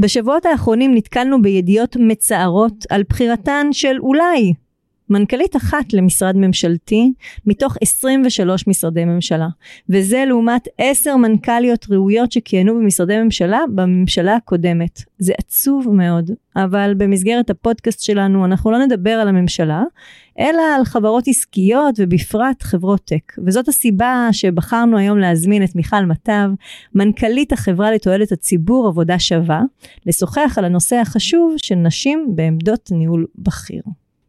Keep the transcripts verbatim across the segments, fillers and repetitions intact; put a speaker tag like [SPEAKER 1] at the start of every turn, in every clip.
[SPEAKER 1] בשבועות האחרונים נתקלנו בידיעות מצערות על בחירתן של אולי מנכ"לית אחת למשרד ממשלתי מתוך עשרים ושלושה משרדי ממשלה, וזה לעומת עשר מנכ"ליות ראויות שכיהנו במשרדי ממשלה בממשלה הקודמת. זה עצוב מאוד, אבל במסגרת הפודקאסט שלנו אנחנו לא נדבר על הממשלה, אלא על חברות עסקיות ובפרט חברות טק. וזאת הסיבה שבחרנו היום להזמין את מיכל מטב, מנכ"לית החברה לתועלת הציבור עבודה שווה, לשוחח על הנושא החשוב של נשים בעמדות ניהול בכיר.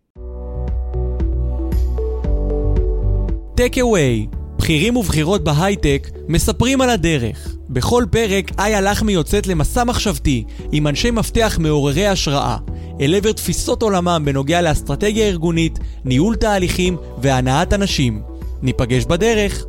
[SPEAKER 2] טק אווי, בכירים ובכירות בהייטק מספרים על הדרך. בכל פרק איה לחמי יוצאת למסע מחשבתי עם אנשי מפתח מעוררי השראה, אל עבר תפיסות עולמם בנוגע לאסטרטגיה ארגונית, ניהול תהליכים והנעת אנשים. ניפגש בדרך.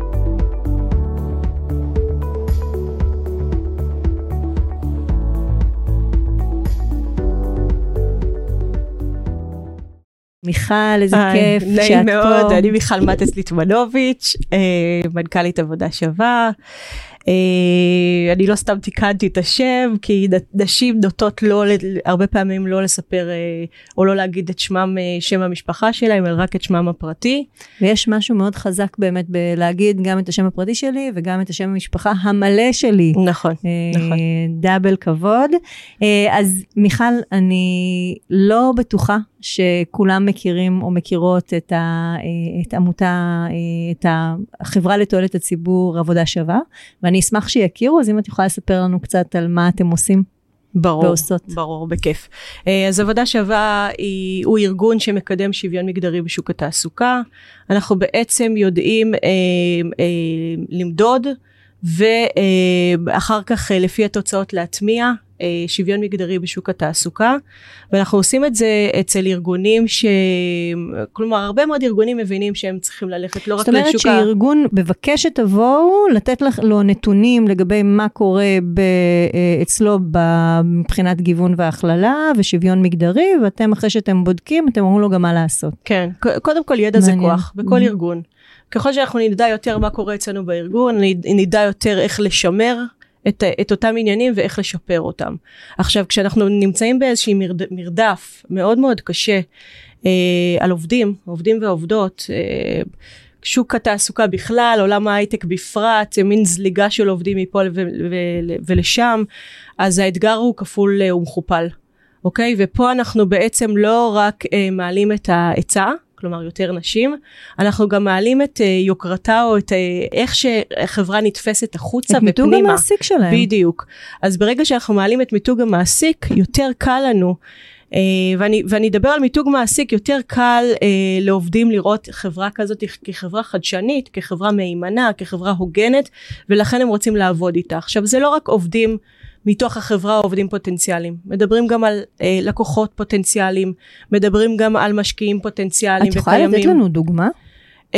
[SPEAKER 1] מיכל, איזה כיף שאת פה.
[SPEAKER 3] נעים מאוד, אני מיכל מטס ליטמנוביץ', מנכ"לית עבודה שווה. אני לא סתם תיקנתי את השם, כי נשים נוטות לא, הרבה פעמים לא לספר, או לא להגיד את שמם, שם המשפחה שלהם, אלא רק את שמם הפרטי.
[SPEAKER 1] ויש משהו מאוד חזק באמת בלהגיד גם את השם הפרטי שלי, וגם את השם המשפחה המלא שלי.
[SPEAKER 3] נכון, נכון.
[SPEAKER 1] דאבל כבוד. אז מיכל, אני לא בטוחה שכולם מכירים או מכירות את, ה, את עמותה, את החברה לתועלת הציבור עבודה שווה, ואני אשמח שיכירו, אז אם את יכולה לספר לנו קצת על מה אתם עושים
[SPEAKER 3] ברור,
[SPEAKER 1] ועושות.
[SPEAKER 3] ברור, בכיף. אז עבודה שווה היא, הוא ארגון שמקדם שוויון מגדרי בשוק התעסוקה. אנחנו בעצם יודעים אה, אה, למדוד, ואחר כך לפי התוצאות להטמיע שוויון מגדרי בשוק התעסוקה, ואנחנו עושים את זה אצל ארגונים ש... כלומר, הרבה מאוד ארגונים מבינים שהם צריכים ללכת לא רק לשוק ה...
[SPEAKER 1] זאת אומרת שארגון מבקש שתבואו, לתת לו נתונים לגבי מה קורה אצלו מבחינת גיוון והכללה, ושוויון מגדרי, ואתם אחרי שאתם בודקים, אתם אומרים לו גם מה לעשות.
[SPEAKER 3] כן, קודם כל ידע זה כוח, בכל ארגון. ככל שאנחנו נדע יותר מה קורה אצלנו בארגון, נדע יותר איך לשמר את, את אותם עניינים ואיך לשפר אותם. עכשיו, כשאנחנו נמצאים באיזושהי מרד, מרדף מאוד מאוד קשה אה, על עובדים, עובדים ועובדות, אה, שוק התעסוקה בכלל, עולם ההייטק בפרט, מין זליגה של עובדים מפה ו- ו- ולשם, אז האתגר הוא כפול ומכופל. אוקיי? ופה אנחנו בעצם לא רק אה, מעלים את ההיצע, כלומר יותר נשים, אנחנו גם מעלים את יוקרתה או את איך שחברה נתפסת החוצה ופנימה.
[SPEAKER 1] את מיתוג המעסיק שלהם.
[SPEAKER 3] בדיוק. אז ברגע שאנחנו מעלים את מיתוג המעסיק, יותר קל לנו, ואני, ואני אדבר על מיתוג מעסיק, יותר קל לעובדים לראות חברה כזאת כחברה חדשנית, כחברה מהימנה, כחברה הוגנת, ולכן הם רוצים לעבוד איתה. עכשיו, זה לא רק עובדים מתוך החברה עובדים פוטנציאליים. מדברים גם על אה, לקוחות פוטנציאליים, מדברים גם על משקיעים פוטנציאליים
[SPEAKER 1] וקיימים. את יכולה לתת לנו דוגמה?
[SPEAKER 3] אה,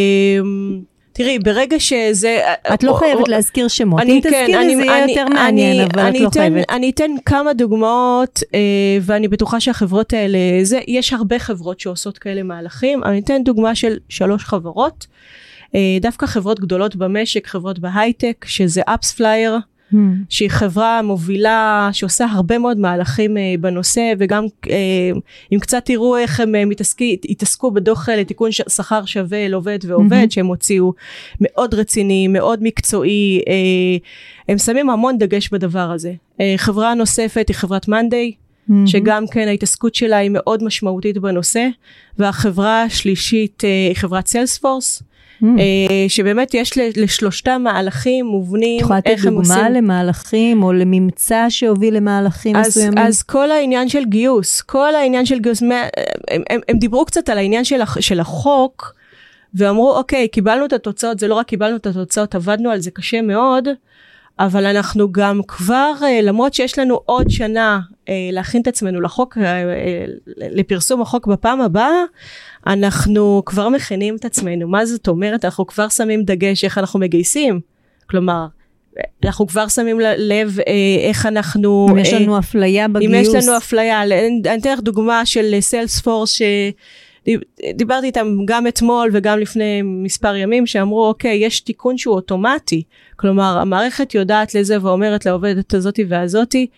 [SPEAKER 3] תראי, ברגע שזה...
[SPEAKER 1] את לא או, חייבת או, להזכיר שמות.
[SPEAKER 3] אני,
[SPEAKER 1] אם
[SPEAKER 3] כן,
[SPEAKER 1] תזכיר
[SPEAKER 3] אני,
[SPEAKER 1] זה יהיה
[SPEAKER 3] אני,
[SPEAKER 1] יותר מעניין,
[SPEAKER 3] אני,
[SPEAKER 1] אבל
[SPEAKER 3] אני
[SPEAKER 1] את לא
[SPEAKER 3] אתן,
[SPEAKER 1] חייבת.
[SPEAKER 3] אני אתן כמה דוגמאות, אה, ואני בטוחה שהחברות האלה, זה, יש הרבה חברות שעושות כאלה מהלכים. אני אתן דוגמה של שלוש חברות, אה, דווקא חברות גדולות במשק, חברות בהייטק, שזה AppsFlyer, שהיא חברה מובילה שעושה הרבה מאוד מהלכים בנושא, וגם אם קצת תראו איך הם התעסקו בדוח לתיקון שכר שווה לעובד ועובד, שהם הוציאו מאוד רציני, מאוד מקצועי, הם שמים המון דגש בדבר הזה. חברה נוספת היא חברת Monday, שגם כן ההתעסקות שלה היא מאוד משמעותית בנושא, והחברה השלישית היא חברת Salesforce, שבאמת יש לשלושתם מהלכים מובנים.
[SPEAKER 1] יכולה לתת דוגמה למהלכים או לממצא שהוביל למהלכים מסוימים?
[SPEAKER 3] אז כל העניין של גיוס, כל העניין של גיוס, הם דיברו קצת על העניין של החוק, ואמרו אוקיי, קיבלנו את התוצאות, זה לא רק קיבלנו את התוצאות, עבדנו על זה קשה מאוד, אבל אנחנו גם כבר, למרות שיש לנו עוד שנה להכין את עצמנו לחוק, לפרסום החוק בפעם הבאה, אנחנו כבר מכינים את עצמנו. מה זאת אומרת? אנחנו כבר שמים דגש איך אנחנו מגייסים. כלומר, אנחנו כבר שמים לב איך אנחנו...
[SPEAKER 1] אם יש לנו אפליה בגיוס.
[SPEAKER 3] אם יש לנו אפליה. אני אתן לך דוגמה של סיילספורס, שדיברתי איתם גם אתמול וגם לפני מספר ימים, שאמרו, אוקיי, יש תיקון שהוא אוטומטי. כלומר, המערכת יודעת לזה ואומרת לעובדת הזאתי והזאתי,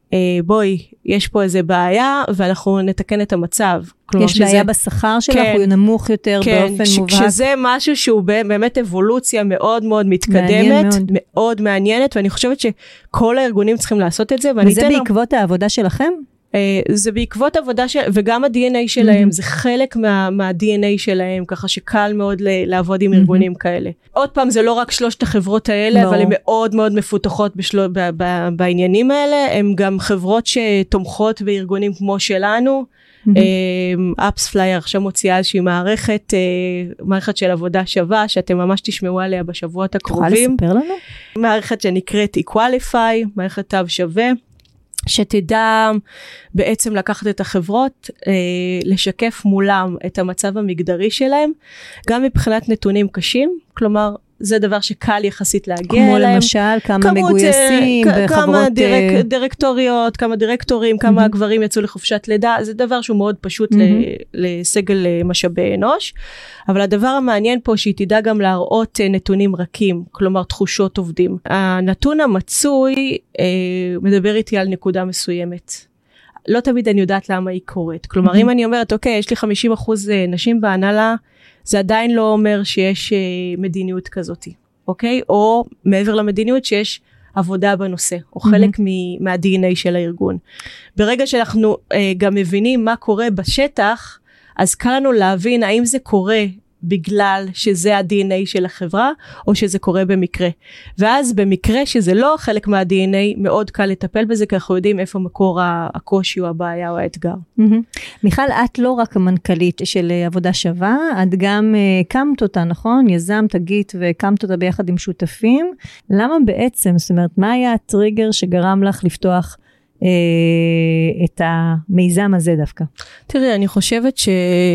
[SPEAKER 3] בואי, יש פה איזה בעיה, ואנחנו נתקן את המצב.
[SPEAKER 1] יש שזה, בעיה בשכר שלך, כן, הוא נמוך יותר כן, באופן ש, מובהק.
[SPEAKER 3] שזה משהו שהוא באמת אבולוציה מאוד מאוד מתקדמת, מאוד. מאוד מעניינת, ואני חושבת שכל הארגונים צריכים לעשות את זה.
[SPEAKER 1] וזה בעקבות לו... העבודה שלכם?
[SPEAKER 3] זה בעקבות עבודה של, וגם ה-די אן איי שלהם, mm-hmm. זה חלק מה, מה-די אן איי שלהם, ככה שקל מאוד ל- לעבוד עם ארגונים mm-hmm. כאלה. עוד פעם, זה לא רק שלושת החברות האלה, no. אבל הן מאוד מאוד מפותחות בשל... ב- ב- בעניינים האלה, הן גם חברות שתומכות בארגונים כמו שלנו, אפס פלייר עכשיו מוציאה איזושהי מערכת, מערכת של עבודה שווה, שאתם ממש תשמעו עליה בשבועות הקרובים.
[SPEAKER 1] תוכל לספר לנו?
[SPEAKER 3] מערכת שנקראת Equalify, מערכת תו שווה, שתדע בעצם לקחת את החברות, לשקף מולם את המצב המגדרי שלהם, גם מבחינת נתונים קשים, כלומר, זה דבר שקל יחסית להגיע
[SPEAKER 1] כמו
[SPEAKER 3] אליהם.
[SPEAKER 1] כמו למשל, כמה מגויסים בחברות...
[SPEAKER 3] כמה דירק, דירקטוריות, כמה דירקטורים, כמה mm-hmm. גברים יצאו לחופשת לידה, זה דבר שהוא מאוד פשוט mm-hmm. לסגל משאבי אנוש, אבל הדבר המעניין פה שהיא תדע גם להראות נתונים רכים, כלומר תחושות עובדים. הנתון המצוי אה, מדבר איתי על נקודה מסוימת. לא תמיד אני יודעת למה היא קורית. כלומר, mm-hmm. אם אני אומרת, אוקיי, יש לי חמישים אחוז נשים בהנהלה, זה עדיין לא אומר שיש uh, מדיניות כזאת, אוקיי? או מעבר למדיניות שיש עבודה בנושא, או mm-hmm. חלק מ- מה-די אן איי של הארגון. ברגע שאנחנו uh, גם מבינים מה קורה בשטח, אז קל לנו להבין האם זה קורה בגלל שזה ה-די אן איי של החברה, או שזה קורה במקרה. ואז במקרה שזה לא חלק מה-די אן איי, מאוד קל לטפל בזה, כי אנחנו יודעים איפה מקור הקושי או הבעיה או האתגר.
[SPEAKER 1] מיכל, את לא רק המנכ"לית של עבודה שווה, את גם קמת אותה, נכון? יזמת, תגית, וקמת אותה ביחד עם שותפים. למה בעצם, זאת אומרת, מה היה הטריגר שגרם לך לפתוח אה, את המיזם הזה דווקא?
[SPEAKER 3] תראי, אני חושבת ש...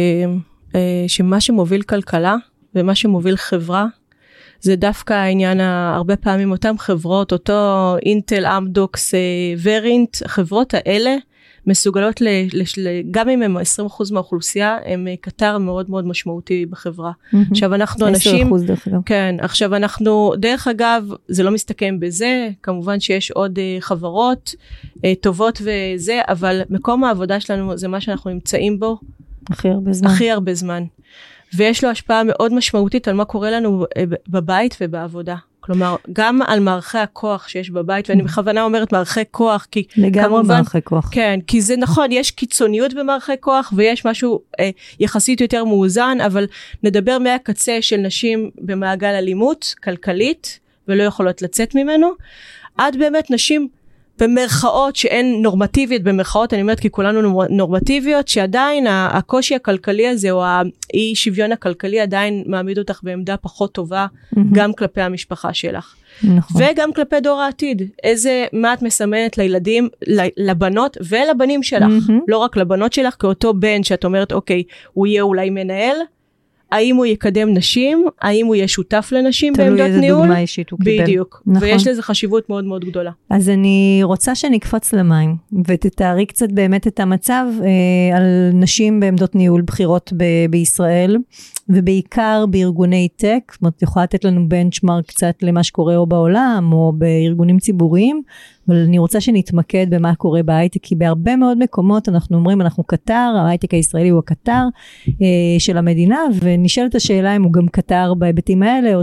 [SPEAKER 3] שמה שמוביל כלכלה ומה שמוביל חברה, זה דווקא העניין, הרבה פעמים אותם חברות, אותו אינטל, אמדוקס, ורינט, החברות האלה מסוגלות, ל, ל, גם אם הם עשרים אחוז מהאוכלוסייה, הם קטר מאוד מאוד משמעותי בחברה. Mm-hmm. עכשיו אנחנו אנשים...
[SPEAKER 1] עשרה אחוז דרך אגב.
[SPEAKER 3] כן, עכשיו אנחנו, דרך אגב, זה לא מסתכם בזה, כמובן שיש עוד uh, חברות uh, טובות וזה, אבל מקום העבודה שלנו זה מה שאנחנו נמצאים בו,
[SPEAKER 1] הכי הרבה זמן.
[SPEAKER 3] הכי הרבה זמן. ויש לו השפעה מאוד משמעותית על מה קורה לנו בבית ובעבודה. כלומר, גם על מערכי הכוח שיש בבית, ואני בכוונה אומרת מערכי כוח, כי
[SPEAKER 1] לגמרי
[SPEAKER 3] כמובן,
[SPEAKER 1] מערכי כוח.
[SPEAKER 3] כן, כי זה נכון, יש קיצוניות במערכי כוח, ויש משהו אה, יחסית יותר מאוזן, אבל נדבר מהקצה של נשים במעגל אלימות, כלכלית, ולא יכולות לצאת ממנו, עד באמת נשים במרכאות שהן נורמטיביות, במרכאות אני אומרת כי כולנו נורמטיביות, שעדיין הקושי הכלכלי הזה, או האי שוויון הכלכלי עדיין מעמיד אותך בעמדה פחות טובה, mm-hmm. גם כלפי המשפחה שלך. נכון. וגם כלפי דור העתיד. איזה, מה את מסמנת לילדים, לבנות ולבנים שלך. Mm-hmm. לא רק לבנות שלך, כאותו בן שאת אומרת, אוקיי, הוא יהיה אולי מנהל, האם הוא יקדם נשים, האם הוא יהיה שותף לנשים בעמדות ניהול. תלוי איזה דוגמה אישית הוא קיבל. בדיוק, נכון. ויש לזה חשיבות מאוד מאוד גדולה.
[SPEAKER 1] אז אני רוצה שנקפוץ למים, ותתארי קצת באמת את המצב אה, על נשים בעמדות ניהול בחירות ב- בישראל, ובעיקר בארגוני טק, זאת אומרת, יכולה לתת לנו בנצ'מרק קצת למה שקורה או בעולם, או בארגונים ציבוריים, אבל אני רוצה שנתמקד במה קורה בהייטק, כי בהרבה מאוד מקומות אנחנו אומרים, אנחנו קטר, ההייטק הישראלי הוא הקטר אה, של המדינה, ונשאלת השאלה אם הוא גם קטר בהיבטים האלה, או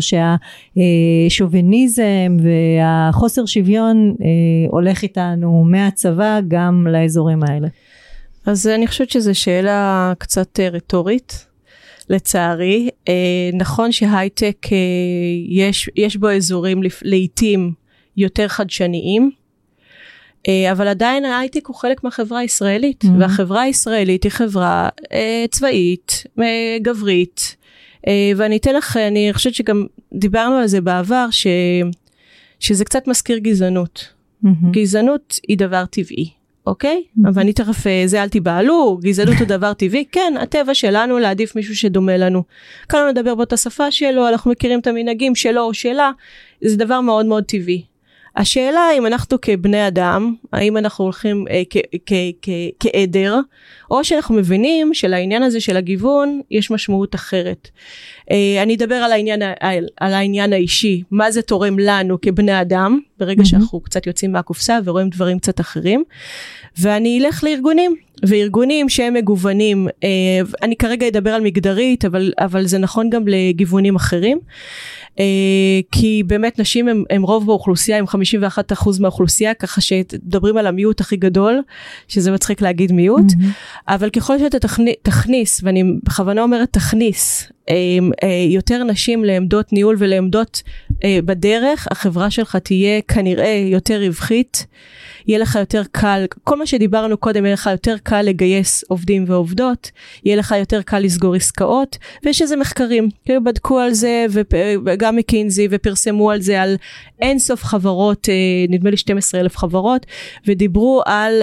[SPEAKER 1] שהשוביניזם והחוסר שוויון אה, הולך איתנו מהצבא גם לאזורים האלה.
[SPEAKER 3] אז אני חושבת שזו שאלה קצת רטורית, לצערי. אה, נכון שהייטק אה, יש, יש בו אזורים לעתים יותר חדשניים, אבל עדיין ההייטק הוא חלק מהחברה הישראלית, mm-hmm. והחברה הישראלית היא חברה אה, צבאית, אה, גברית, אה, ואני אתן לך, אני חושבת שגם דיברנו על זה בעבר, ש, שזה קצת מזכיר גזענות. Mm-hmm. גזענות היא דבר טבעי, אוקיי? Mm-hmm. אבל אני תכף, זה אל תיבהלו, גזענות הוא דבר טבעי, כן, הטבע שלנו להעדיף מישהו שדומה לנו. כאן נדבר באותה שפה שלו, אנחנו מכירים את המנהגים שלו או שלה, זה דבר מאוד מאוד טבעי. השאלה אם אנחנו כבני אדם, האם אנחנו הולכים אה, כעדר, או שאנחנו מבינים שלעניין הזה של הגיוון יש משמעות אחרת. אה, אני אדבר על העניין, על, על העניין האישי, מה זה תורם לנו כבני אדם, ברגע mm-hmm. שאנחנו קצת יוצאים מהקופסה ורואים דברים קצת אחרים, ואני אלך לארגונים, וארגונים שהם מגוונים, אה, אני כרגע אדבר על מגדרית, אבל, אבל זה נכון גם לגיוונים אחרים, Uh, כי באמת נשים הם, הם רוב באוכלוסייה, הם חמישים ואחד אחוז מהאוכלוסייה, ככה שדברים על המיעוט הכי גדול, שזה מצחיק להגיד מיעוט, mm-hmm. אבל ככל שאתה תכניס, תכניס, ואני בכוונה אומרת תכניס, uh, uh, יותר נשים לעמדות ניהול ולעמדות uh, בדרך, החברה שלך תהיה כנראה יותר רווחית, יהיה לך יותר קל, כל מה שדיברנו קודם, יהיה לך יותר קל לגייס עובדים ועובדות, יהיה לך יותר קל לסגור עסקאות, ויש איזה מחקרים, כאילו בדקו על זה, וגם מקינזי, ופרסמו על זה, על אין סוף חברות, נדמה לי שנים עשר אלף חברות, ודיברו על...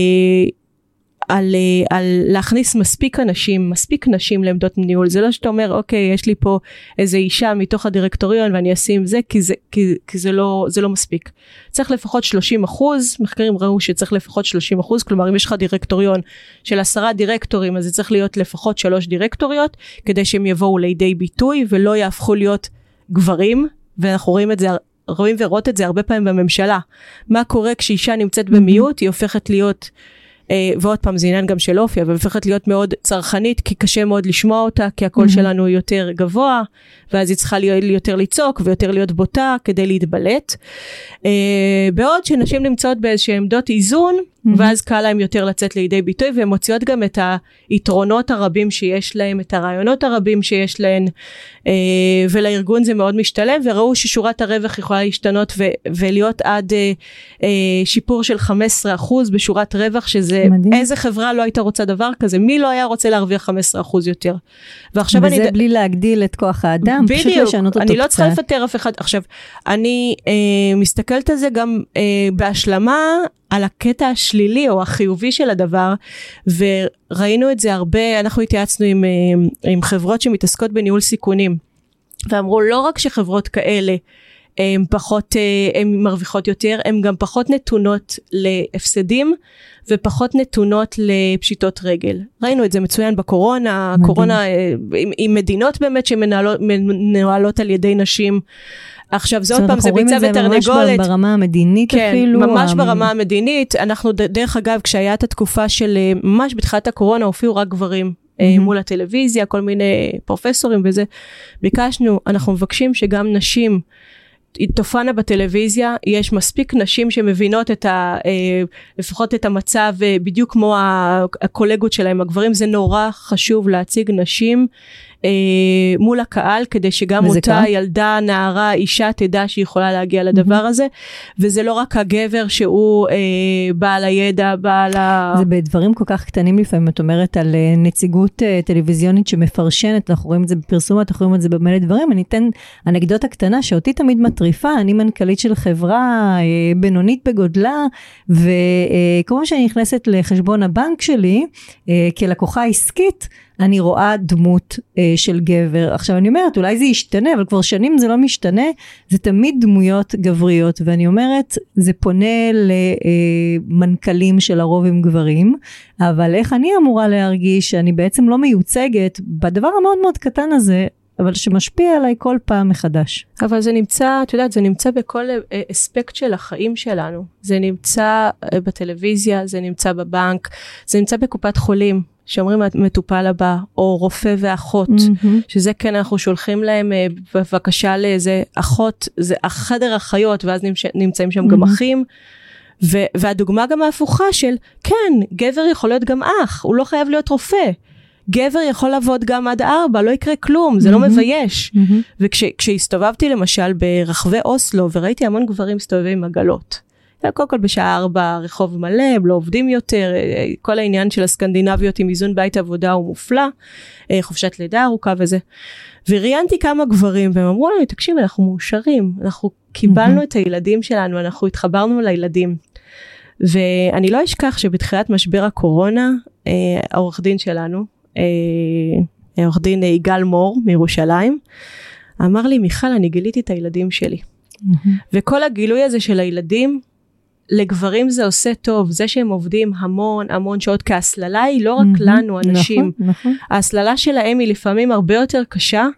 [SPEAKER 3] על, על להכניס מספיק אנשים, מספיק נשים לעמדות ניהול. זה לא שאתה אומר, אוקיי, יש לי פה איזו אישה מתוך הדירקטוריון ואני אשים זה, כי זה, כי, כי זה לא, זה לא מספיק. צריך לפחות שלושים אחוז, מחקרים ראו שצריך לפחות שלושים אחוז, כלומר, אם יש לך דירקטוריון של עשרה דירקטורים, אז זה צריך להיות לפחות שלוש דירקטוריות, כדי שהם יבואו לידי ביטוי, ולא יהפכו להיות גברים, ואנחנו רואים את זה, רואים ורואות את זה הרבה פעמים בממשלה. מה קורה כשאישה נמצאת במיעוט, היא הופכת להיות... ועוד פעם זה עניין גם של אופי, אבל הופכת להיות מאוד צרכנית, כי קשה מאוד לשמוע אותה, כי הקול mm-hmm. שלנו יותר גבוה, ואז היא צריכה להיות יותר לצעוק, ויותר להיות בוטה, כדי להתבלט. בעוד שנשים נמצאות באיזושהי עמדות איזון, mm-hmm. ואז קל להם יותר לצאת לידי ביטוי, והן מוציאות גם את היתרונות הרבים שיש להם, את הרעיונות הרבים שיש להן, ולארגון זה מאוד משתלם, וראו ששורת הרווח יכולה להשתנות, ו- ולהיות עד שיפור של חמישה עשר אחוז בשורת רווח, שזה מדהים. איזה חברה לא הייתה רוצה דבר כזה, מי לא היה רוצה להרוויח חמישה עשר אחוז יותר. ועכשיו
[SPEAKER 1] וזה
[SPEAKER 3] אני...
[SPEAKER 1] בלי להגדיל את כוח האדם,
[SPEAKER 3] בדיוק,
[SPEAKER 1] פשוט לשנות אותו
[SPEAKER 3] אני
[SPEAKER 1] קצת.
[SPEAKER 3] לא צריכה לפטר אף אחד. עכשיו, אני אה, מסתכלת על זה גם אה, בהשלמה, על הקטע השלילי או החיובי של הדבר, וראינו את זה הרבה, אנחנו התייעצנו עם, עם חברות שמתעסקות בניהול סיכונים, ואמרו לא רק שחברות כאלה, הן פחות, הן מרוויחות יותר, הן גם פחות נתונות להפסדים, ופחות נתונות לפשיטות רגל. ראינו את זה מצוין בקורונה, מדהים. קורונה עם, עם מדינות באמת שמנוהלות על ידי נשים, עכשיו זה עוד פעם, זה ביצה ותרנגולת. אנחנו רואים את זה ממש ברמה המדינית כן,
[SPEAKER 1] אפילו.
[SPEAKER 3] כן, ממש ברמה המדינית. אנחנו דרך אגב, כשהיה את התקופה של ממש בתחילת הקורונה, הופיעו רק גברים mm-hmm. מול הטלוויזיה, כל מיני פרופסורים וזה. ביקשנו, אנחנו מבקשים שגם נשים תופענה בטלוויזיה, יש מספיק נשים שמבינות את ה, לפחות את המצב, בדיוק כמו הקולגות שלהם, הגברים, זה נורא חשוב להציג נשים, מול הקהל, כדי שגם אותה קרה? ילדה, נערה, אישה, תדע שהיא יכולה להגיע לדבר mm-hmm. הזה, וזה לא רק הגבר שהוא אה, בעל הידע, בעל ה...
[SPEAKER 1] זה בדברים כל כך קטנים לפעמים, את אומרת על אה, נציגות אה, טלוויזיונית שמפרשנת, אנחנו רואים את זה בפרסום, אנחנו רואים את זה במלא דברים, אני אתן אנקדוטה קטנה שאותי תמיד מטריפה, אני מנכ"לית של חברה אה, בינונית בגודלה, וכל מה שאני נכנסת לחשבון הבנק שלי, אה, כלקוחה עסקית, אני רואה דמות אה, של גבר. עכשיו אני אומרת, אולי זה ישתנה, אבל כבר שנים זה לא משתנה, זה תמיד דמויות גבריות, ואני אומרת, זה פונה למנכ"לים של הרוב עם גברים, אבל איך אני אמורה להרגיש שאני בעצם לא מיוצגת בדבר המאוד מאוד קטן הזה, אבל שמשפיע עליי כל פעם מחדש.
[SPEAKER 3] אבל זה נמצא, את יודעת, זה נמצא בכל אספקט של החיים שלנו. זה נמצא בטלוויזיה, זה נמצא בבנק, זה נמצא בקופת חולים, שאומרים מטופל הבא, או רופא ואחות, mm-hmm. שזה כן אנחנו שולחים להם בבקשה לאיזה אחות, זה החדר אחיות, ואז נמצאים שם mm-hmm. גם אחים, ו- והדוגמה גם ההפוכה של, כן, גבר יכול להיות גם אח, הוא לא חייב להיות רופא, גבר יכול לעבוד גם עד ארבע, לא יקרה כלום, זה mm-hmm. לא מבייש. Mm-hmm. וכשהסתובבתי למשל ברחבי אוסלו, וראיתי המון גברים מסתובבים עם עגלות, קודם כל בשעה ארבע רחוב מלא, הם לא עובדים יותר, כל העניין של הסקנדינביות עם איזון בית עבודה הוא מופלא, חופשת לידה ארוכה וזה. וראיינתי כמה גברים, והם אמרו לנו, תקשיב, אנחנו מאושרים, אנחנו קיבלנו mm-hmm. את הילדים שלנו, אנחנו התחברנו לילדים. ואני לא אשכח שבתחילת משבר הקורונה, העורך דין שלנו, העורך דין יגאל מור מירושלים, אמר לי, מיכל, אני גיליתי את הילדים שלי. וכל הגילוי הזה של הילדים, לגברים זה עושה טוב, זה שהם עובדים המון המון שעות, כי ההסללה היא לא רק לנו, אנשים. ההסללה שלהם היא לפעמים הרבה יותר קשה,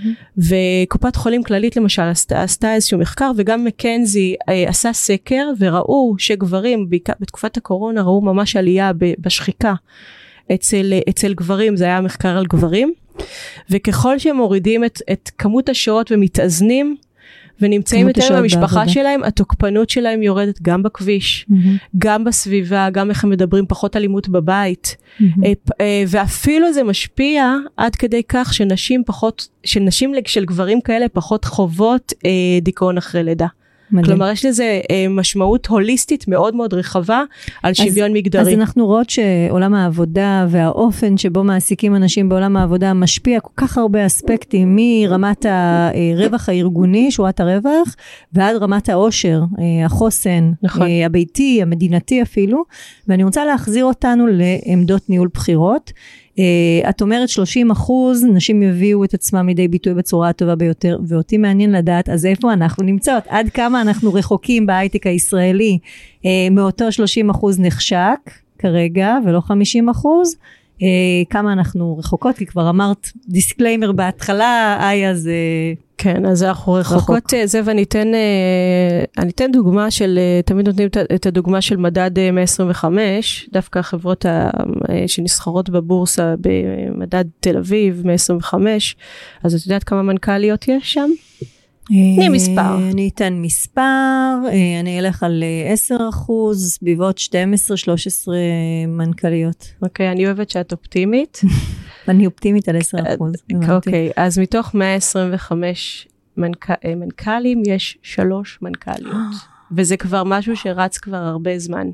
[SPEAKER 3] וקופת חולים כללית למשל עשתה איזשהו מחקר, וגם מקנזי עשה סקר, וראו שגברים, בתקופת הקורונה, ראו ממש עלייה בשחיקה, אצל, אצל גברים, זה היה מחקר על גברים, וככל שהם מורידים את, את כמות השעות ומתאזנים, ונמצאים יותר במשפחה בעבודה. שלהם, התוקפנות שלהם יורדת גם בכביש, mm-hmm. גם בסביבה, גם איך הם מדברים, פחות אלימות בבית, mm-hmm. ואפילו זה משפיע עד כדי כך שנשים פחות, שנשים של גברים כאלה פחות חוות דיכאון אחרי לידה. מדהים. כלומר, יש לזה אה, משמעות הוליסטית מאוד מאוד רחבה על שוויון
[SPEAKER 1] אז,
[SPEAKER 3] מגדרי.
[SPEAKER 1] אז אנחנו רואות שעולם העבודה והאופן שבו מעסיקים אנשים בעולם העבודה משפיע כל כך הרבה אספקטים, מרמת הרווח הארגוני, שורת הרווח, ועד רמת העושר, החוסן, נכון. הביתי, המדינתי אפילו, ואני רוצה להחזיר אותנו לעמדות ניהול בחירות. Uh, את אומרת שלושים אחוז נשים יביאו את עצמם לידי ביטוי בצורה הטובה ביותר, ואותי מעניין לדעת אז איפה אנחנו נמצאות, עד כמה אנחנו רחוקים בהייטק הישראלי uh, מאותו שלושים אחוז נחשק כרגע ולא חמישים אחוז, uh, כמה אנחנו רחוקות, כי כבר אמרת דיסקליימר בהתחלה, איי אז uh,
[SPEAKER 3] כן, אז אנחנו רחוקות זה, ואני אתן, אני אתן דוגמה של, תמיד נותנים את הדוגמה של מדד מאה עשרים וחמש, דווקא החברות שנסחרות בבורסה במדד תל אביב מאה עשרים וחמש, אז את יודעת כמה מנכ"ליות יש שם? תני מספר.
[SPEAKER 1] אני אתן מספר, אני אלך על עשרה אחוז, סביבות שתים עשרה שלוש עשרה מנכ"ליות.
[SPEAKER 3] אוקיי, אני אוהבת שאת אופטימית.
[SPEAKER 1] אני אופטימית על עשרה אחוז.
[SPEAKER 3] אוקיי, אז מתוך מאה עשרים וחמש מנכ"לים, יש שלוש מנכ"ליות. וזה כבר משהו שרץ כבר הרבה זמן.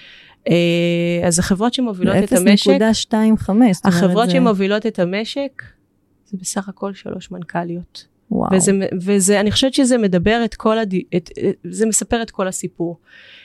[SPEAKER 3] אז החברות שמובילות את המשק,
[SPEAKER 1] אפס נקודה שתיים וחמש.
[SPEAKER 3] החברות שמובילות את המשק, זה בסך הכל שלוש מנכ"ליות.
[SPEAKER 1] וואו.
[SPEAKER 3] וזה, וזה, אני חושבת שזה מדבר את כל, הד... את, זה מספר את כל הסיפור.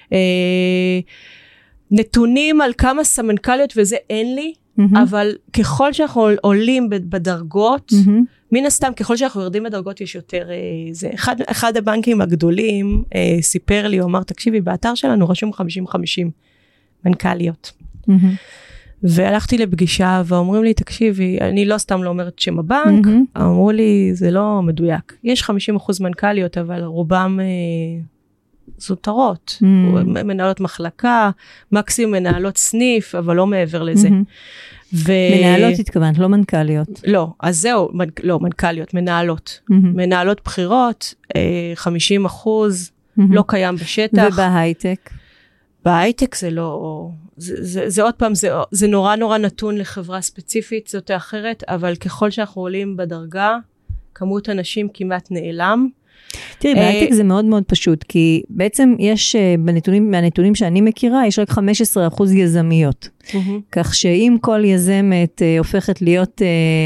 [SPEAKER 3] נתונים על כמה סמנכ"ליות וזה אין לי, Mm-hmm. אבל ככל שאנחנו עולים בדרגות, mm-hmm. מן הסתם ככל שאנחנו יורדים בדרגות יש יותר, זה אחד, אחד הבנקים הגדולים אה, סיפר לי, הוא אמר תקשיבי באתר שלנו רשום חמישים חמישים מנכ"ליות. Mm-hmm. והלכתי לפגישה ואומרים לי תקשיבי, אני לא סתם לא אומרת שם הבנק, mm-hmm. אמרו לי זה לא מדויק, יש חמישים אחוז מנכ"ליות אבל רובם אה, זוטרות, mm. מנהלות מחלקה, מקסימום מנהלות סניף, אבל לא מעבר לזה.
[SPEAKER 1] Mm-hmm. ו... מנהלות התכוונת, לא מנכ"ליות.
[SPEAKER 3] לא, אז זהו, מנ... לא, מנכ"ליות, מנהלות. Mm-hmm. מנהלות בחירות, חמישים אחוז, mm-hmm. לא קיים בשטח.
[SPEAKER 1] ובהייטק?
[SPEAKER 3] בהייטק זה לא, זה, זה, זה עוד פעם, זה, זה נורא נורא נתון לחברה ספציפית, זאת או אחרת, אבל ככל שאנחנו עולים בדרגה, כמות אנשים כמעט נעלם,
[SPEAKER 1] תראי, בהייטק זה מאוד מאוד פשוט, כי בעצם יש, בנתונים, מהנתונים שאני מכירה, יש רק חמישה עשר אחוז יזמיות. כך שאם כל יזמת הופכת להיות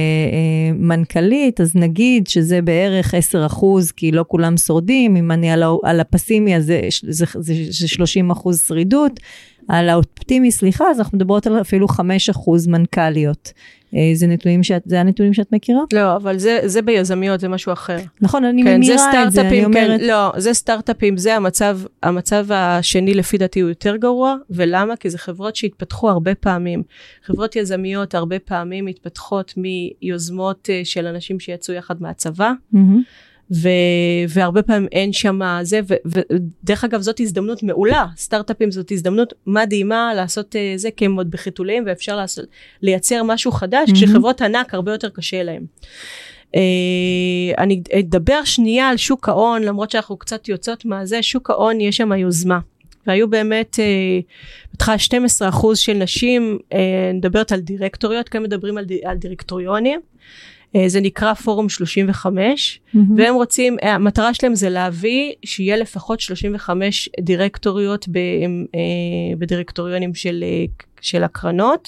[SPEAKER 1] מנכ"לית, אז נגיד שזה בערך עשרה אחוז, כי לא כולם שורדים, אם אני על הפסימי, אז זה שלושים אחוז שרידות, על האופטימי, סליחה, אז אנחנו מדברות על אפילו חמישה אחוז מנכ"ליות. זה נתונים שאת, זה הנתונים שאת מכירה?
[SPEAKER 3] לא, אבל זה, זה ביזמיות, זה משהו אחר.
[SPEAKER 1] נכון, אני כן, ממירה את זה, אני אומרת.
[SPEAKER 3] כן, לא, זה סטארט-אפים, זה המצב, המצב השני לפי דעתי הוא יותר גרוע, ולמה? כי זה חברות שהתפתחו הרבה פעמים. חברות יזמיות הרבה פעמים מתפתחות מיוזמות של אנשים שיצאו יחד מהצבא, mm-hmm. ו- והרבה פעמים אין שם זה, ו- ודרך אגב זאת הזדמנות מעולה, סטארט-אפים זאת הזדמנות מדהימה לעשות זה, כי הם עוד בחיתולים, ואפשר לעשות, לייצר משהו חדש, mm-hmm. כשחברות ענק הרבה יותר קשה להם. Uh, אני אדבר שנייה על שוק ההון, למרות שאנחנו קצת יוצאות מהזה, שוק ההון יש שם יוזמה, והיו באמת, בתחילה שנים עשר אחוז של נשים, uh, נדברת על דירקטוריות, כאן מדברים על, ד- על דירקטוריונים, זה נקרא פורום שלושים וחמש, mm-hmm. והם רוצים, המטרה שלהם זה להביא שיהיה לפחות שלושים וחמש דירקטוריות ב, בדירקטוריונים של, של הקרנות.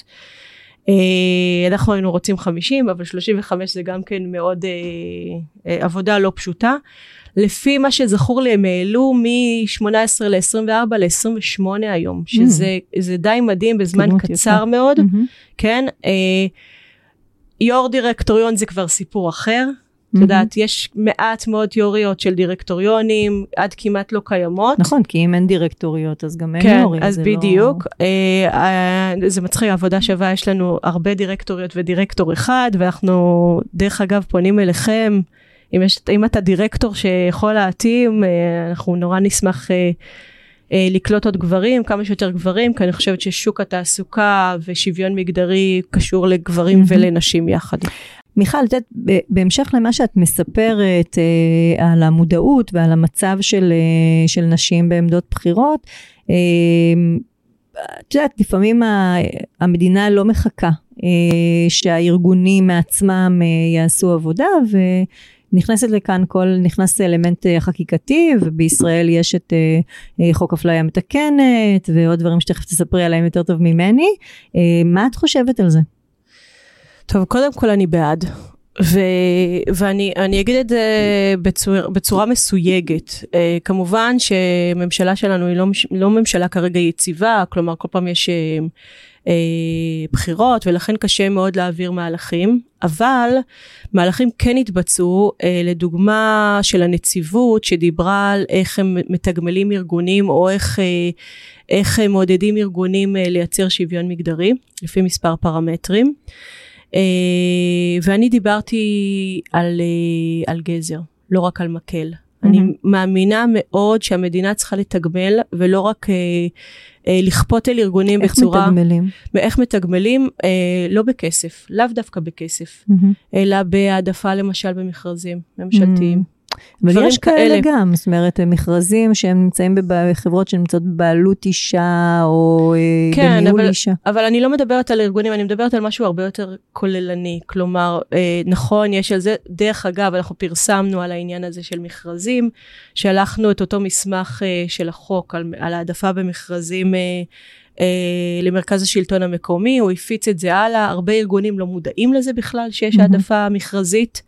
[SPEAKER 3] אנחנו היינו רוצים חמישים, אבל שלושים וחמש זה גם כן מאוד עבודה לא פשוטה. לפי מה שזכור לי, הם העלו מ-שמונה עשרה ל-עשרים וארבע ל-עשרים ושמונה היום, שזה mm-hmm. זה די מדהים בזמן קצר יפה. מאוד, mm-hmm. כן, יו"ר דירקטוריון זה כבר סיפור אחר, את יודעת, יש מעט מאוד תיאוריות של דירקטוריונים, עד כמעט לא קיימות.
[SPEAKER 1] נכון, כי אם אין דירקטוריות, אז גם אין
[SPEAKER 3] כן,
[SPEAKER 1] יורים.
[SPEAKER 3] אז בדיוק. לא... אה, אה, זה מצחיק, עבודה שווה, יש לנו הרבה דירקטוריות ודירקטור אחד, ואנחנו, דרך אגב, פונים אליכם, אם, יש, אם אתה דירקטור שיכול להתאים, אה, אנחנו נורא נשמח אה, אה, לקלוט עוד גברים, כמה שיותר גברים, כי אני חושבת ששוק התעסוקה ושוויון מגדרי קשור לגברים ולנשים יחד.
[SPEAKER 1] מיכל, בהמשך למה שאת מספרת אה, על המודעות ועל המצב של, אה, של נשים בעמדות בחירות, אה, את יודעת, לפעמים המדינה לא מחכה אה, שהארגונים מעצמם אה, יעשו עבודה, ונכנסת לכאן כל, נכנס אלמנט חקיקתי, ובישראל יש את אה, חוק אפליה מתקנת, ועוד דברים שתכף תספרי עליהם יותר טוב ממני. אה, מה את חושבת על זה?
[SPEAKER 3] טוב, קודם כל אני בעד, ו, ואני אני אגיד את זה בצורה, בצורה מסויגת. Uh, כמובן שממשלה שלנו היא לא, לא ממשלה כרגע יציבה, כלומר כל פעם יש uh, uh, בחירות, ולכן קשה מאוד להעביר מהלכים, אבל מהלכים כן התבצעו, uh, לדוגמה של הנציבות שדיברה על איך הם מתגמלים ארגונים, או איך... Uh, איך הם מעודדים ארגונים uh, לייצר שוויון מגדרי, לפי מספר פרמטרים. Uh, ואני דיברתי על, uh, על גזר, לא רק על מקל. Mm-hmm. אני מאמינה מאוד שהמדינה צריכה לתגמל, ולא רק uh, uh, לכפות אל ארגונים איך בצורה... איך מתגמלים? איך מתגמלים, uh, לא בכסף, לאו דווקא בכסף, mm-hmm. אלא בהעדפה למשל במכרזים ממשלתיים. Mm-hmm.
[SPEAKER 1] אבל יש כאלה גם, זאת אומרת, מכרזים שהם נמצאים בחברות שנמצאות בבעלות אישה, או
[SPEAKER 3] כן,
[SPEAKER 1] בניהול
[SPEAKER 3] אבל,
[SPEAKER 1] אישה.
[SPEAKER 3] אבל אני לא מדברת על ארגונים, אני מדברת על משהו הרבה יותר כוללני, כלומר, אה, נכון, יש על זה, דרך אגב, אנחנו פרסמנו על העניין הזה של מכרזים, שלחנו את אותו מסמך אה, של החוק, על, על העדפה במכרזים, אה, אה, למרכז השלטון המקומי, הוא הפיץ את זה הלאה, הרבה ארגונים לא מודעים לזה בכלל, שיש העדפה מכרזית,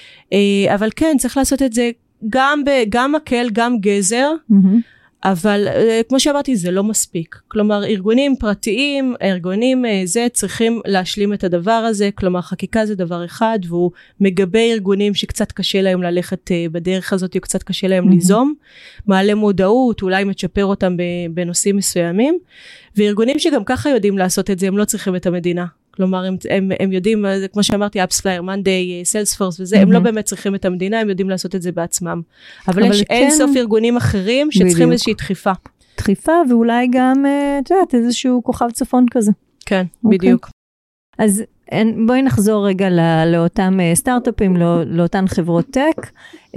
[SPEAKER 3] אבל כן, צריך לעשות את זה גם, ב, גם מקל, גם גזר, mm-hmm. אבל כמו שאמרתי, זה לא מספיק. כלומר, ארגונים פרטיים, ארגונים זה צריכים להשלים את הדבר הזה, כלומר, חקיקה זה דבר אחד, והוא מגבה ארגונים שקצת קשה להם ללכת בדרך הזאת, או קצת קשה להם mm-hmm. ליזום, מעלה מודעות, אולי מצ'פר אותם בנושאים מסוימים, וארגונים שגם ככה יודעים לעשות את זה, הם לא צריכים את המדינה. כלומר, הם, הם, הם יודעים, כמו שאמרתי, אפס פלייר, Monday, Salesforce וזה, mm-hmm. הם לא באמת צריכים את המדינה, הם יודעים לעשות את זה בעצמם. אבל, אבל יש כן, אין סוף ארגונים אחרים שצריכים בדיוק. איזושהי דחיפה.
[SPEAKER 1] דחיפה, ואולי גם, את יודעת, איזשהו כוכב צפון כזה.
[SPEAKER 3] כן, okay. בדיוק.
[SPEAKER 1] אז בואי נחזור רגע לא, לאותם סטארט-אפים, לא, לאותן חברות טק,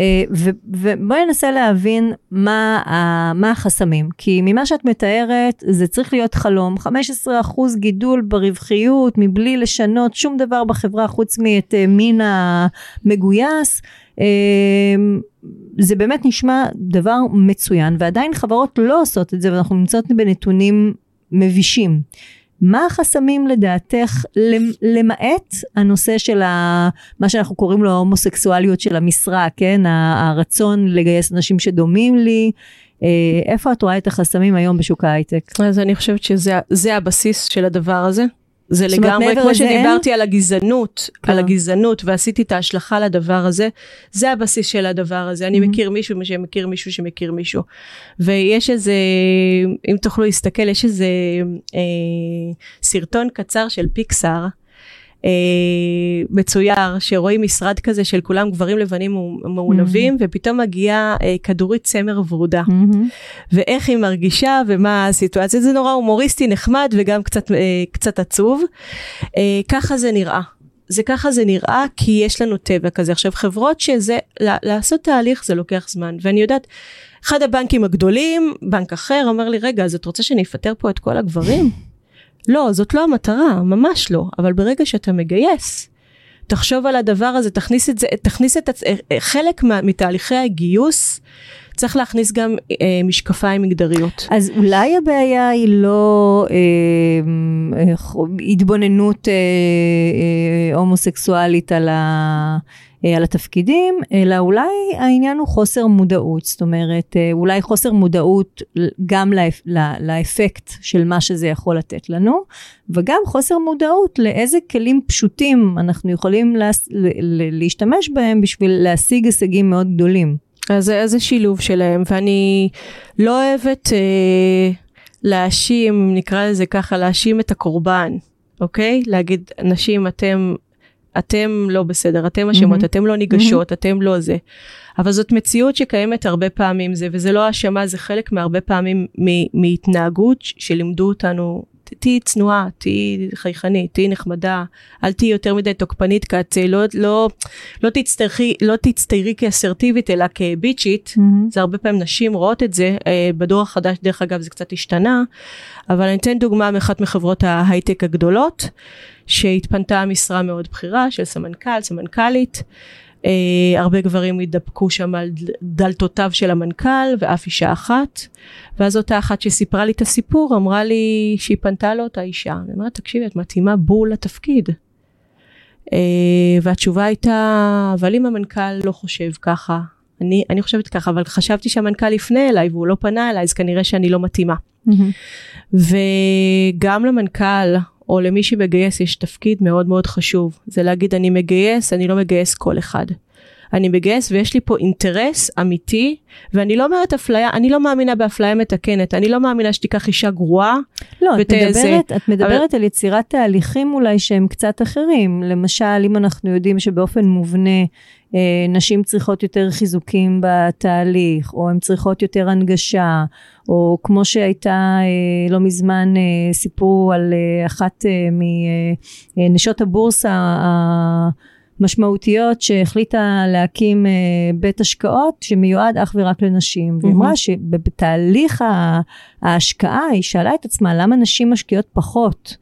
[SPEAKER 1] ובואי ננסה להבין מה, מה החסמים. כי ממה שאת מתארת, זה צריך להיות חלום. חמישה עשר אחוז גידול ברווחיות, מבלי לשנות שום דבר בחברה, חוץ מאת מין המגויס. זה באמת נשמע דבר מצוין, ועדיין חברות לא עושות את זה, ואנחנו נמצאות בנתונים מבישים. מה החסמים לדעתך, למעט הנושא של ה, מה שאנחנו קוראים לו ההומוסקסואליות של המשרה, כן? הרצון לגייס אנשים שדומים לי, איפה את רואה את החסמים היום בשוק ההייטק?
[SPEAKER 3] אז אני חושבת שזה זה הבסיס של הדבר הזה. זה לגמרי, כמו שדיברתי על הגזענות, על הגזענות, ועשיתי את ההשלכה לדבר הזה, זה הבסיס של הדבר הזה. אני מכיר מישהו שמכיר מישהו שמכיר מישהו. ויש איזה, אם תוכלו להסתכל, יש איזה סרטון קצר של פיקסאר, מצויר, שרואים משרד כזה של כולם גברים לבנים מעונבים, ופתאום מגיעה כדורית צמר ורודה. ואיך היא מרגישה, ומה הסיטואציה. זה נורא הומוריסטי, נחמד, וגם קצת, קצת עצוב. ככה זה נראה. זה ככה זה נראה, כי יש לנו טבע כזה. עכשיו, חברות שזה, לעשות תהליך זה לוקח זמן. ואני יודעת, אחד הבנקים הגדולים, בנק אחר, אומר לי, רגע, אז את רוצה שאני אפטר פה את כל הגברים? לא, זאת לא המטרה, ממש לא, אבל ברגע שאתה מגייס, תחשוב על הדבר הזה, תכניס את זה, תכניס את חלק מתהליכי הגיוס, צריך להכניס גם אה, משקפיים מגדריות.
[SPEAKER 1] אז אולי הבעיה היא לא אה, אה, התבוננות אה, אה, הומוסקסואלית על, ה, על התפקידים, אלא אולי העניין הוא חוסר מודעות, זאת אומרת, אולי חוסר מודעות גם לאפקט של מה שזה יכול לתת לנו, וגם חוסר מודעות לאיזה כלים פשוטים אנחנו יכולים להשתמש בהם בשביל להשיג הישגים מאוד גדולים.
[SPEAKER 3] אז זה שילוב שלהם, ואני לא אוהבת אה, להאשים, נקרא לזה ככה, להאשים את הקורבן, אוקיי? להגיד, אנשים, אתם, אתם לא בסדר, אתם אשמות, mm-hmm. אתם לא ניגשות, mm-hmm. אתם לא זה. אבל זאת מציאות שקיימת הרבה פעמים זה, וזה לא האשמה, זה חלק מהרבה פעמים מהתנהגות שלימדו אותנו, תהי צנועה, תהי חייכנית, תהי נחמדה, אל תהי יותר מדי תוקפנית, כי את לא, לא, לא תצטרכי, לא תצטיירי כאסרטיבית, אלא כביצ'ית, mm-hmm. זה הרבה פעמים נשים רואות את זה, בדור החדש דרך אגב זה קצת השתנה, אבל אני אתן דוגמה מאחת מחברות ההייטק הגדולות, שהתפנתה משרה מאוד בחירה, של סמנכ"ל, סמנכ"לית, Uh, הרבה גברים ידפקו שם על דלתותיו של המנכ"ל ואף אישה אחת, ואז אותה אחת שסיפרה לי את הסיפור אמרה לי שהיא פנתה לו אותה אישה, ואמרה תקשיבי את מתאימה בול לתפקיד, uh, והתשובה הייתה אבל אם המנכ"ל לא חושב ככה, אני, אני חושבת ככה, אבל חשבתי שהמנכ"ל יפנה אליי והוא לא פנה אליי, אז כנראה שאני לא מתאימה. Mm-hmm. וגם למנכ"ל או למי שמגייס יש תפקיד מאוד מאוד חשוב, זה להגיד אני מגייס, אני לא מגייס כל אחד. אני מגייס ויש לי פה אינטרס אמיתי, ואני לא אומרת אפליה, אני לא מאמינה באפליה מתקנת, אני לא מאמינה שתיקח אישה גרועה.
[SPEAKER 1] לא, את מדברת, את מדברת אבל... על יצירת תהליכים אולי שהם קצת אחרים, למשל אם אנחנו יודעים שבאופן מובנה, נשים צריכות יותר חיזוקים בתהליך, או הן צריכות יותר הנגשה, או כמו שהייתה לא מזמן סיפור על אחת מנשות הבורסה המשמעותיות שהחליטה להקים בית השקעות שמיועד אך ורק לנשים, והיא אמרה שבתהליך ההשקעה היא שאלה את עצמה למה נשים משקיעות פחות,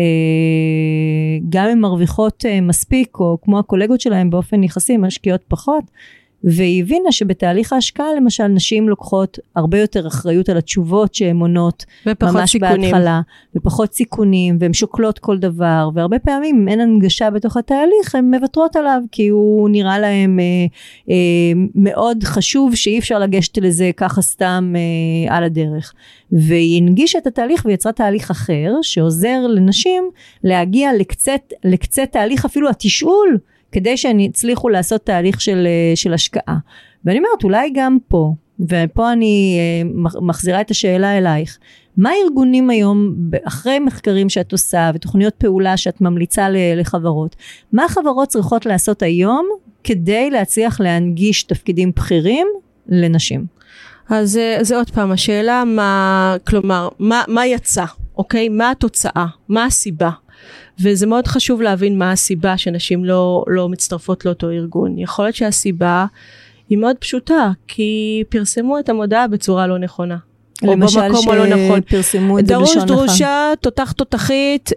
[SPEAKER 1] גם אם מרוויחות מספיק או כמו הקולגות שלהם באופן יחסי משקיעות פחות, והיא הבינה שבתהליך ההשקעה למשל נשים לוקחות הרבה יותר אחריות על התשובות שהן עונות ממש סיכונים. בהתחלה, ופחות סיכונים, והן שוקלות כל דבר, והרבה פעמים אם אין הנגשה בתוך התהליך הן מוותרות עליו, כי הוא נראה להם אה, אה, מאוד חשוב שאי אפשר לגשת לזה ככה סתם אה, על הדרך, והיא הנגישה את התהליך ויצרה תהליך אחר שעוזר לנשים להגיע לקצת, לקצת תהליך אפילו התשאול, כדי שאני הצליחו לעשות תהליך של, של השקעה. ואני אומרת, אולי גם פה, ופה אני מחזירה את השאלה אלייך, מה הארגונים היום, אחרי מחקרים שאת עושה, ותוכניות פעולה שאת ממליצה לחברות, מה החברות צריכות לעשות היום, כדי להצליח להנגיש תפקידים בכירים לנשים?
[SPEAKER 3] אז זה עוד פעם, השאלה מה, כלומר, מה, מה יצא, אוקיי? מה התוצאה? מה הסיבה? וזה מאוד חשוב להבין מה הסיבה שנשים לא, לא מצטרפות לאותו ארגון. יכול להיות שהסיבה היא מאוד פשוטה, כי פרסמו את המודעה בצורה לא נכונה.
[SPEAKER 1] למשל שפרסמו את זה
[SPEAKER 3] דרוש
[SPEAKER 1] בשון אחד.
[SPEAKER 3] דרושה, תותח תותחית,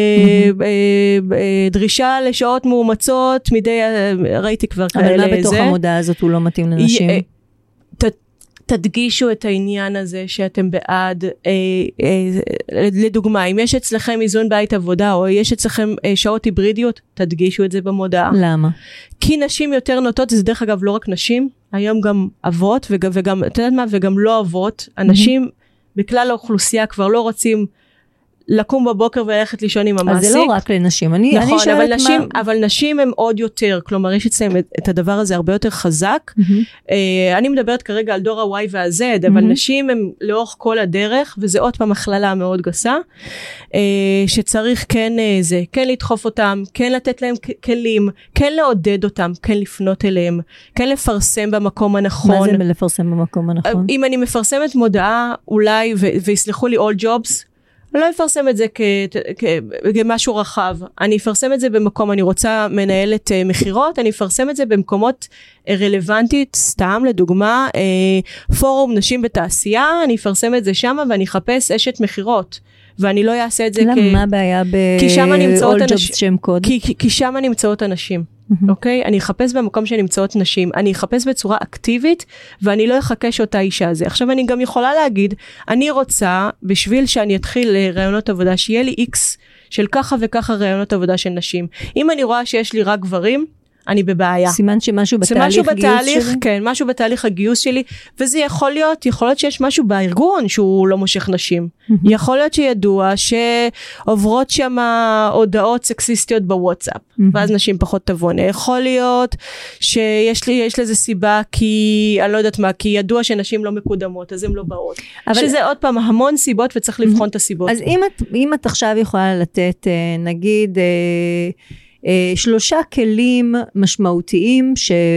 [SPEAKER 3] דרישה לשעות מאומצות, מדי, ראיתי כבר כאלה.
[SPEAKER 1] אבל מה בתוך המודעה הזאת הוא לא מתאים לנשים?
[SPEAKER 3] תדגישו את העניין הזה שאתם בעד, אה, אה, לדוגמה, אם יש אצלכם איזון בית עבודה, או יש אצלכם אה, שעות היברידיות, תדגישו את זה במודעה.
[SPEAKER 1] למה?
[SPEAKER 3] כי נשים יותר נוטות, זה דרך אגב לא רק נשים, היום גם אבות, וגם, וגם, את יודעת מה, וגם לא אבות, אנשים mm-hmm. בכלל האוכלוסייה כבר לא רוצים, לקום בבוקר וללכת לישון עם המעסיק.
[SPEAKER 1] אז זה לא רק לנשים. אני,
[SPEAKER 3] נכון,
[SPEAKER 1] אני
[SPEAKER 3] אבל נשים,
[SPEAKER 1] מה...
[SPEAKER 3] אבל נשים הם עוד יותר, כלומר יש אצלם את, את הדבר הזה הרבה יותר חזק. Mm-hmm. Uh, אני מדברת כרגע על דור ה-Y וה-Z, mm-hmm. אבל נשים הם לאורך כל הדרך, וזה עוד פעם הכללה מאוד גסה, uh, שצריך כן uh, זה, כן לדחוף אותם, כן לתת להם כלים, כן לעודד אותם, כן לפנות אליהם, כן לפרסם במקום הנכון.
[SPEAKER 1] מה זה לפרסם במקום הנכון?
[SPEAKER 3] אם אני מפרסמת מודעה, אולי, ו- ויסלחו לי all jobs, אני לא אפרסם את זה כמשהו רחב, אני אפרסם את זה במקום, אני רוצה מנהלת מחירות, אני אפרסם את זה במקומות רלוונטית, סתם לדוגמה, פורום נשים בתעשייה, אני אפרסם את זה שם ואני אחפש אשת מחירות, ואני לא אעשה את זה
[SPEAKER 1] למה? כ... מה הבעיה ב-all jobs שם קוד?
[SPEAKER 3] כי, כי, כי שם נמצאות אנשים. אוקיי? אני אחפש במקום שנמצאות נשים, אני אחפש בצורה אקטיבית, ואני לא אחכה שאותה אישה הזה. עכשיו אני גם יכולה להגיד, אני רוצה, בשביל שאני אתחיל רעיונות עבודה, שיהיה לי איקס של ככה וככה רעיונות עבודה של נשים. אם אני רואה שיש לי רק גברים, אני בבעיה.
[SPEAKER 1] סימן שמשהו בתהליך
[SPEAKER 3] משהו בתהליך,
[SPEAKER 1] גיוס שלי?
[SPEAKER 3] כן, משהו בתהליך הגיוס שלי, וזה יכול להיות, יכול להיות שיש משהו בארגון שהוא לא מושך נשים. Mm-hmm. יכול להיות שידוע שעוברות שם הודעות סקסיסטיות בוואטסאפ, mm-hmm. ואז נשים פחות תבונה. יכול להיות שיש לי, יש לזה סיבה כי, אני לא יודעת מה, כי ידוע שנשים לא מקודמות, אז הן לא באות. אבל... שזה עוד פעם המון סיבות וצריך לבחון mm-hmm. את הסיבות.
[SPEAKER 1] אז אם את, אם את עכשיו יכולה לתת, נגיד, שלושה כלים משמעותיים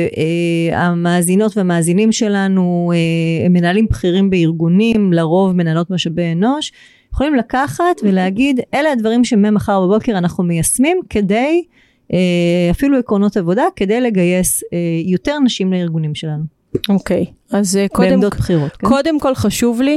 [SPEAKER 1] שהמאזינות והמאזינים שלנו הם מנהלים בכירים בארגונים, לרוב מנהלות משאבי אנוש, יכולים לקחת ולהגיד, אלה הדברים שממחר בבוקר אנחנו מיישמים כדי, אפילו עקרונות עבודה, כדי לגייס יותר נשים לארגונים שלנו.
[SPEAKER 3] אוקיי, אז קודם,
[SPEAKER 1] בעמדות בחירות. כן?
[SPEAKER 3] קודם כל חשוב לי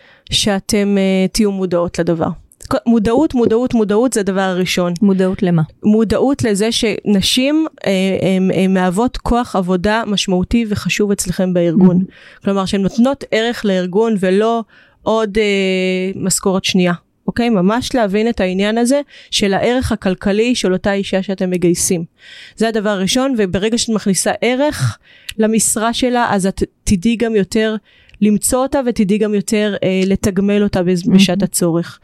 [SPEAKER 3] שאתם תהיו מודעות לדבר. מודעות, מודעות, מודעות זה הדבר הראשון.
[SPEAKER 1] מודעות למה?
[SPEAKER 3] מודעות לזה שנשים הן מהוות כוח עבודה משמעותי וחשוב אצלכם בארגון. Mm-hmm. כלומר, שהן נותנות ערך לארגון ולא עוד אה, משכורת שנייה. אוקיי? ממש להבין את העניין הזה של הערך הכלכלי של אותה אישה שאתם מגייסים. זה הדבר הראשון, וברגע שאת מכניסה ערך למשרה שלה, אז את תדעי גם יותר למצוא אותה, ותדעי גם יותר אה, לתגמל אותה בשעת mm-hmm. הצורך.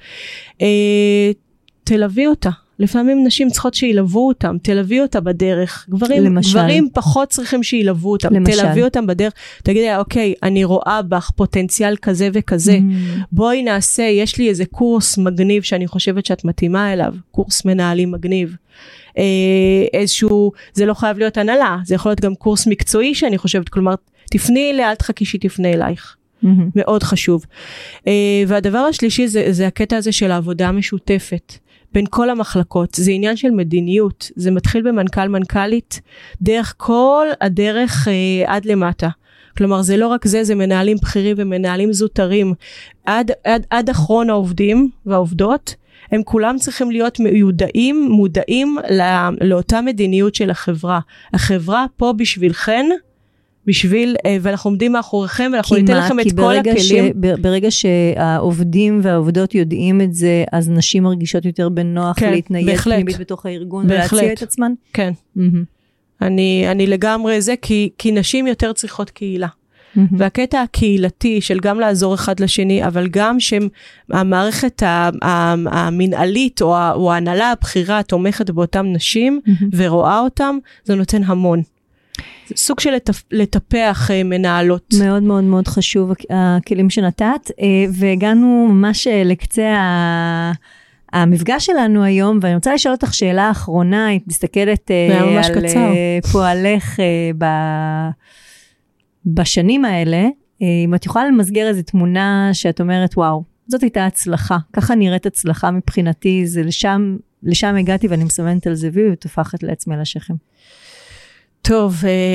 [SPEAKER 3] אה, תלווי אותה. לפעמים נשים צריכות שילוו אותם, תלווי אותה בדרך. גברים, גברים פחות צריכים שילוו אותם, למשל. תלווי אותם בדרך. תגידי, אוקיי, אני רואה בך פוטנציאל כזה וכזה, mm. בואי נעשה, יש לי איזה קורס מגניב שאני חושבת שאת מתאימה אליו, קורס מנהלים מגניב. אה, איזשהו, זה לא חייב להיות הנהלה, זה יכול להיות גם קורס מקצועי שאני חושבת, כלומר, תפני אליה, אל תחכי שהיא תפנה אלייך. Mm-hmm. מאוד חשוב. Uh, והדבר השלישי זה, זה הקטע הזה של העבודה המשותפת. בין כל המחלקות. זה עניין של מדיניות. זה מתחיל במנכ"ל מנכ"לית, דרך כל הדרך uh, עד למטה. כלומר, זה לא רק זה, זה מנהלים בכירים ומנהלים זוטרים. עד, עד, עד אחרון העובדים והעובדות, הם כולם צריכים להיות מיודעים, מודעים לא, לאותה מדיניות של החברה. החברה פה בשבילכן, בשביל, ואנחנו עומדים מאחוריכם, ואנחנו ניתן לכם את כל הכלים.
[SPEAKER 1] ברגע שהעובדים והעובדות יודעים את זה, אז נשים מרגישות יותר בנוח להתנייד פנימית בתוך הארגון, ולהציע את עצמן?
[SPEAKER 3] כן. אני לגמרי זה, כי נשים יותר צריכות קהילה. והקטע הקהילתי של גם לעזור אחד לשני, אבל גם שהמערכת המנהלית, או ההנהלה הבכירה, תומכת באותם נשים, ורואה אותם, זה נותן המון. סוג של לטפ, לטפח מנהלות.
[SPEAKER 1] מאוד מאוד מאוד חשוב הכלים שנתת, והגענו ממש לקצה המפגש שלנו היום, ואני רוצה לשאול אותך שאלה אחרונה, אם תסתכלת על קצר. פועלך בשנים האלה, אם את יכולה למסגר איזו תמונה שאת אומרת, וואו, זאת הייתה הצלחה, ככה נראית הצלחה מבחינתי, זה לשם, לשם הגעתי ואני מסמנת על זה וי, ותופחת לעצמי על השכם.
[SPEAKER 3] טוב,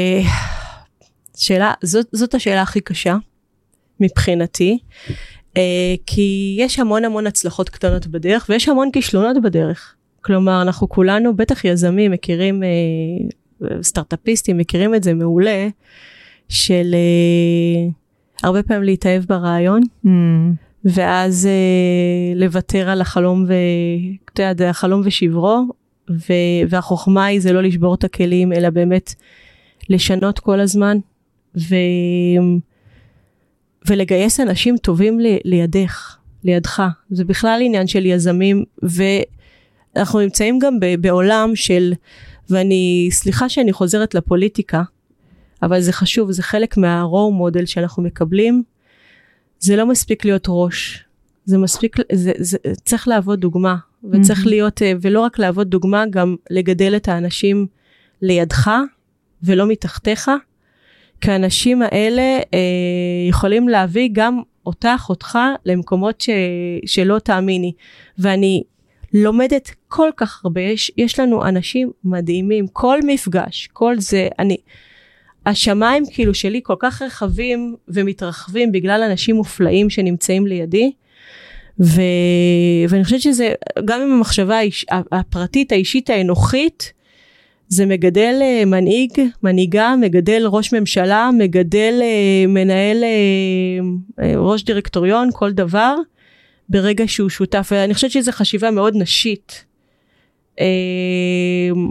[SPEAKER 3] שאלה, זאת, זאת השאלה הכי קשה מבחינתי, כי יש המון המון הצלחות קטנות בדרך, ויש המון כישלונות בדרך. כלומר, אנחנו כולנו, בטח יזמים, מכירים, סטארט-אפיסטים, מכירים את זה מעולה, של הרבה פעמים להתאהב ברעיון, mm. ואז לוותר על החלום, ואתה יודע, החלום ושברו, והחוכמה היא זה לא לשבור את הכלים, אלא באמת לשנות כל הזמן, ו... ולגייס אנשים טובים ל... לידך, לידך. זה בכלל עניין של יזמים, ואנחנו נמצאים גם ב... בעולם של, ואני, סליחה שאני חוזרת לפוליטיקה, אבל זה חשוב, זה חלק מה-רואו מודל שאנחנו מקבלים, זה לא מספיק להיות ראש, זה מספיק, זה, זה, צריך לעבוד דוגמה, וצריך להיות, ולא רק לעבוד דוגמה, גם לגדל את האנשים לידך, ולא מתחתיך, כי האנשים האלה אה, יכולים להביא גם אותך, אותך, למקומות ש, שלא תאמיני. ואני לומדת כל כך הרבה, יש, יש לנו אנשים מדהימים, כל מפגש, כל זה, אני, השמיים כאילו שלי כל כך רחבים ומתרחבים, בגלל אנשים מופלאים שנמצאים לידי, ו... ואני חושבת שזה, גם עם המחשבה האיש... הפרטית, האישית, האנוכית, זה מגדל מנהיג, מנהיגה, מגדל ראש ממשלה, מגדל מנהל ראש דירקטוריון, כל דבר, ברגע שהוא שותף. ואני חושבת שזו חשיבה מאוד נשית.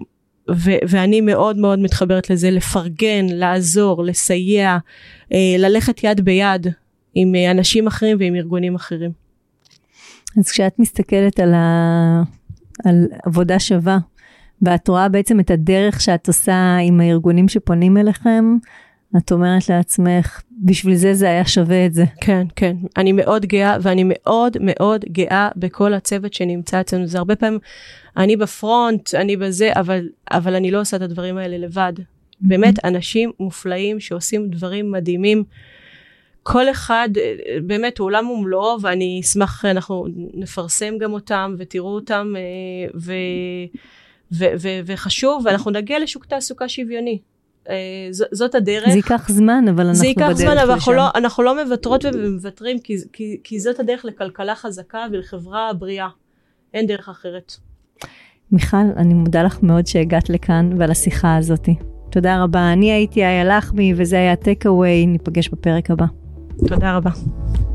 [SPEAKER 3] ו- ואני מאוד מאוד מתחברת לזה, לפרגן, לעזור, לסייע, ללכת יד ביד עם אנשים אחרים ועם ארגונים אחרים.
[SPEAKER 1] אז כשאת מסתכלת על, ה... על עבודה שווה, ואת רואה בעצם את הדרך שאת עושה עם הארגונים שפונים אליכם, את אומרת לעצמך, בשביל זה זה היה שווה את זה.
[SPEAKER 3] כן, כן. אני מאוד גאה, ואני מאוד מאוד גאה בכל הצוות שנמצא אצלנו. זה הרבה פעמים, אני בפרונט, אני בזה, אבל, אבל אני לא עושה את הדברים האלה לבד. באמת, אנשים מופלאים שעושים דברים מדהימים. כל אחד, באמת, הוא עולם ומלואו, ואני אשמח, אנחנו נפרסם גם אותם, ותראו אותם, ו, ו, ו, וחשוב, ואנחנו נגיע לשוק תעסוקה שוויוני. ז, זאת הדרך.
[SPEAKER 1] זה ייקח זמן, אבל אנחנו בדרך לשם. זה ייקח זמן, אבל
[SPEAKER 3] אנחנו לא, אנחנו לא מבטרות ומבטרים, כי, כי, כי זאת הדרך לכלכלה חזקה ולחברה בריאה. אין דרך אחרת.
[SPEAKER 1] מיכל, אני מודה לך מאוד שהגעת לכאן ועל השיחה הזאת. תודה רבה. אני הייתי איה לחמי, וזה היה טייק אווי. ניפגש בפרק הבא.
[SPEAKER 3] תודה רבה.